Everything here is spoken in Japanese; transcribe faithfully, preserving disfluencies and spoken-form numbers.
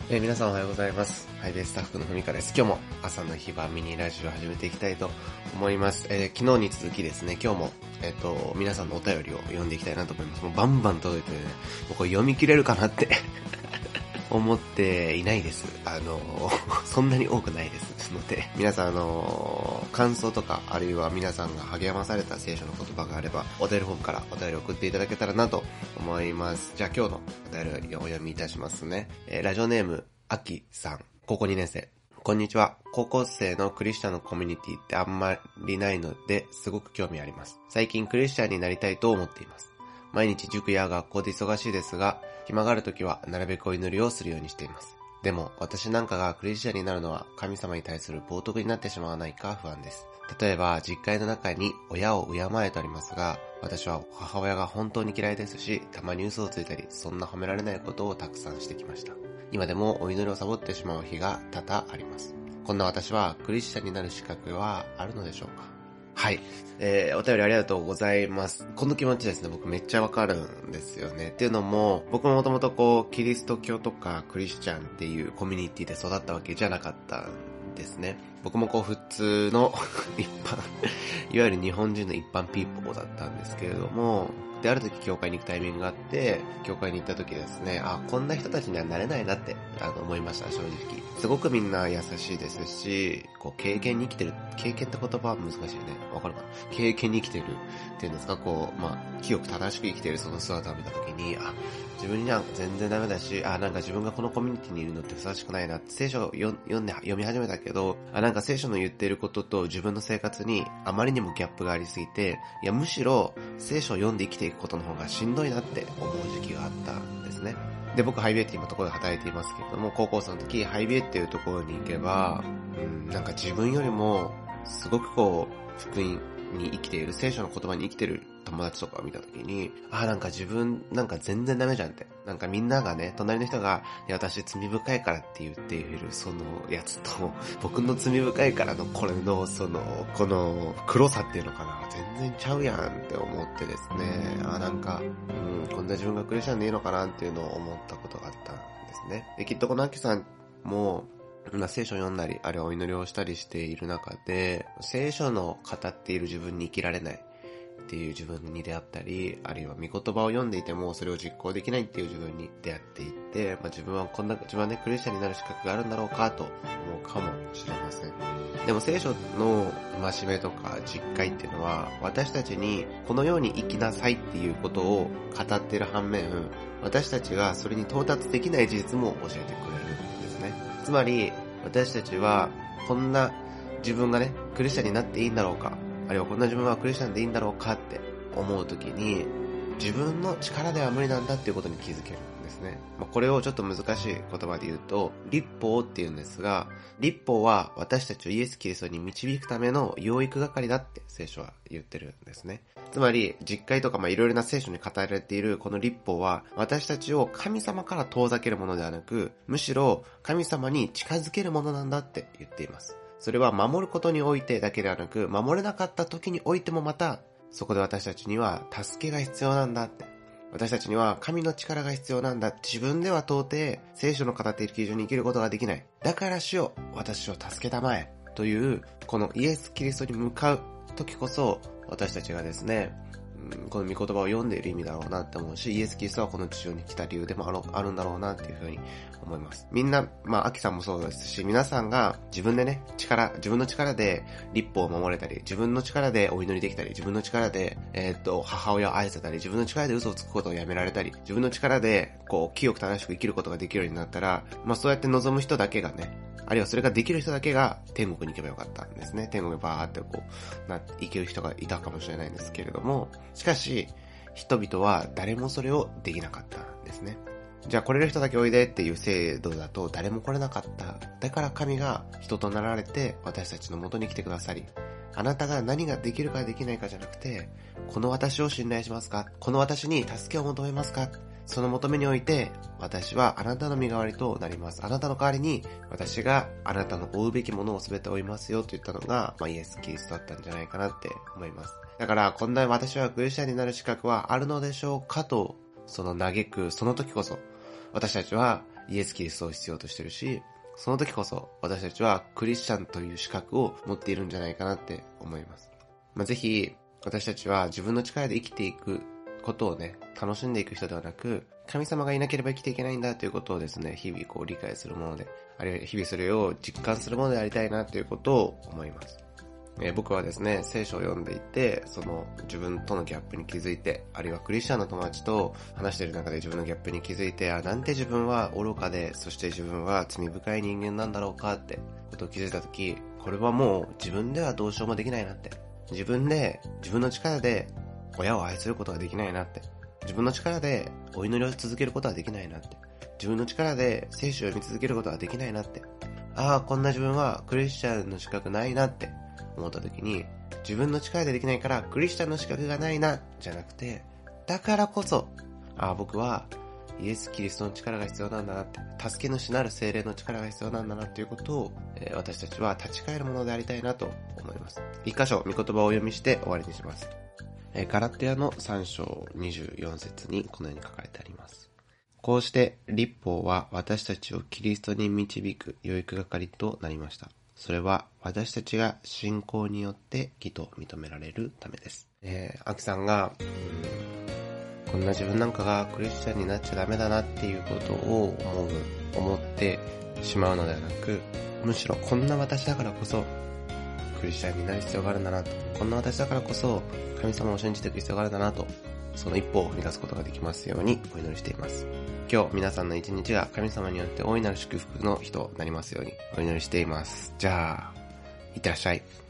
えー、皆さんおはようございます。ハイベースタッフのふみかです。今日も朝の日はミニラジオを始めていきたいと思います。えー、昨日に続きですね、今日も、えっ、ー、と、皆さんのお便りを読んでいきたいなと思います。もうバンバン届いてね、もうこれ読み切れるかなって思っていないです。あの、そんなに多くないですので、皆さんあの、感想とか、あるいは皆さんが励まされた聖書の言葉があれば、お便りフォームからお便りを送っていただけたらなと思います。じゃあ今日のお便りをお読みいたしますね。えー、ラジオネーム、あきさん、高校にねん生。こんにちは。高校生のクリスチャンのコミュニティってあんまりないので、すごく興味あります。最近クリスチャンになりたいと思っています。毎日塾や学校で忙しいですが、暇があるときはなるべくお祈りをするようにしています。でも、私なんかがクリスチャンになるのは神様に対する冒涜になってしまわないか不安です。例えば、実家の中に親を敬えておりますが、私は母親が本当に嫌いですし、たまに嘘をついたり、そんな褒められないことをたくさんしてきました。今でもお祈りをサボってしまう日が多々あります。こんな私はクリスチャンになる資格はあるのでしょうか？はい。えー、お便りありがとうございます。この気持ちですね、僕めっちゃわかるんですよね。っていうのも、僕ももともとこう、キリスト教とかクリスチャンっていうコミュニティで育ったわけじゃなかったんですね。僕もこう、普通の一般、いわゆる日本人の一般ピーポーだったんですけれども、で、ある時教会に行くタイミングがあって、教会に行った時ですね、あ、こんな人たちにはなれないなって、あの、思いました、正直。すごくみんな優しいですし、こう、経験に生きてる、経験って言葉は難しいね。わかるかな？経験に生きてるっていうんですか、こう、まあ、清く正しく生きているその姿を見た時に、あ、自分になんか全然ダメだし、あ、なんか自分がこのコミュニティにいるのってふさわしくないなって、聖書を読んで、読み始めたけど、あ、なんか聖書の言っていることと自分の生活にあまりにもギャップがありすぎて、いや、むしろ聖書を読んで生きていくことの方がしんどいなって思う時期があったんですね。で、僕ハイベイって今ところで働いていますけれども、高校生の時ハイベイっていうところに行けば、うん、なんか自分よりもすごくこう福音に生きている、聖書の言葉に生きている友達とかを見たときに、あ、なんか自分なんか全然ダメじゃんって。なんかみんながね、隣の人が、いや私罪深いからって言っているそのやつと、僕の罪深いからのこれのその、この黒さっていうのかな、全然ちゃうやんって思ってですね、あ、なんか、うん、こんな自分がクリスチャンでいいのかなっていうのを思ったことがあったんですね。で、きっとこのアキさんも、まあ、聖書を読んだり、あるいはお祈りをしたりしている中で、聖書の語っている自分に生きられないっていう自分に出会ったり、あるいは御言葉を読んでいてもそれを実行できないっていう自分に出会っていって、まあ、自分はこんな、自分はね、クリスチャンになる資格があるんだろうかと思うかもしれません。でも聖書の戒めとか実会っていうのは、私たちにこのように生きなさいっていうことを語っている反面、私たちがそれに到達できない事実も教えてくれるんですね。つまり、私たちは、こんな自分がね、クリスチャンになっていいんだろうか、あるいはこんな自分はクリスチャンでいいんだろうかって思うときに、自分の力では無理なんだっていうことに気づけるんですね。まあ、これをちょっと難しい言葉で言うと、律法って言うんですが、律法は私たちをイエス・キリストに導くための養育係だって聖書は言ってるんですね。つまり、実会とかまあいろいろな聖書に語られているこの律法は、私たちを神様から遠ざけるものではなく、むしろ神様に近づけるものなんだって言っています。それは守ることにおいてだけではなく、守れなかった時においてもまた、そこで私たちには助けが必要なんだって。私たちには神の力が必要なんだ。自分では到底聖書の語っている基準に生きることができない。だから主よ、私を助けたまえ。という、このイエス・キリストに向かう時こそ、私たちがですね、この御言葉を読んでいる意味だろうなって思うし、イエス・キリストはこの地上に来た理由でもある、あるんだろうなっていうふうに思います。みんな、まあ、アキさんもそうですし、皆さんが自分でね、力、自分の力で律法を守れたり、自分の力でお祈りできたり、自分の力で、えーっと、母親を愛せたり、自分の力で嘘をつくことをやめられたり、自分の力で、こう、清く正しく生きることができるようになったら、まあ、そうやって望む人だけがね、あるいはそれができる人だけが天国に行けばよかったんですね。天国にバーってこう、な、行ける人がいたかもしれないんですけれども、しかし、人々は誰もそれをできなかったんですね。じゃあ来れる人だけおいでっていう制度だと誰も来れなかった。だから神が人となられて私たちの元に来てくださり、あなたが何ができるかできないかじゃなくて、この私を信頼しますか？この私に助けを求めますか？その求めにおいて、私はあなたの身代わりとなります。あなたの代わりに、私があなたの追うべきものを全て追いますよと言ったのが、まあ、イエス・キリストだったんじゃないかなって思います。だから、こんな私はクリスチャンになる資格はあるのでしょうかと、その嘆く、その時こそ、私たちはイエス・キリストを必要としてるし、その時こそ私たちはクリスチャンという資格を持っているんじゃないかなって思います。まあ、ぜひ私たちは自分の力で生きていくことをね、楽しんでいく人ではなく、神様がいなければ生きていけないんだということをですね、日々こう理解するもので、あるいは日々それを実感するものでありたいなということを思います。えー、僕はですね、聖書を読んでいて、その自分とのギャップに気づいて、あるいはクリスチャンの友達と話している中で自分のギャップに気づいて、あ、なんて自分は愚かで、そして自分は罪深い人間なんだろうかってことを気づいたとき、これはもう自分ではどうしようもできないなって。自分で、自分の力で親を愛することができないなって。自分の力でお祈りを続けることはできないなって。自分の力で聖書を読み続けることはできないなって。ああ、こんな自分はクリスチャンの資格ないなって思った時に、自分の力でできないからクリスチャンの資格がないなじゃなくて、だからこそ、ああ、僕はイエス・キリストの力が必要なんだなって、助け主なる聖霊の力が必要なんだなっていうことを、えー、私たちは立ち返るものでありたいなと思います。一箇所、御言葉をお読みして終わりにします。えー、ガラテヤのさん章にじゅうよん節にこのように書かれてあります。こうして律法は私たちをキリストに導く養育係となりました。それは私たちが信仰によって義と認められるためです。えー、アキさんが、うん、こんな自分なんかがクリスチャンになっちゃダメだなっていうことを思う、思ってしまうのではなく、むしろこんな私だからこそクリスチャンになる必要があるんだなと、こんな私だからこそ神様を信じていく必要があるんだなと、その一歩を踏み出すことができますようにお祈りしています。今日皆さんの一日が神様によって大いなる祝福の日となりますようにお祈りしています。じゃあ、いってらっしゃい。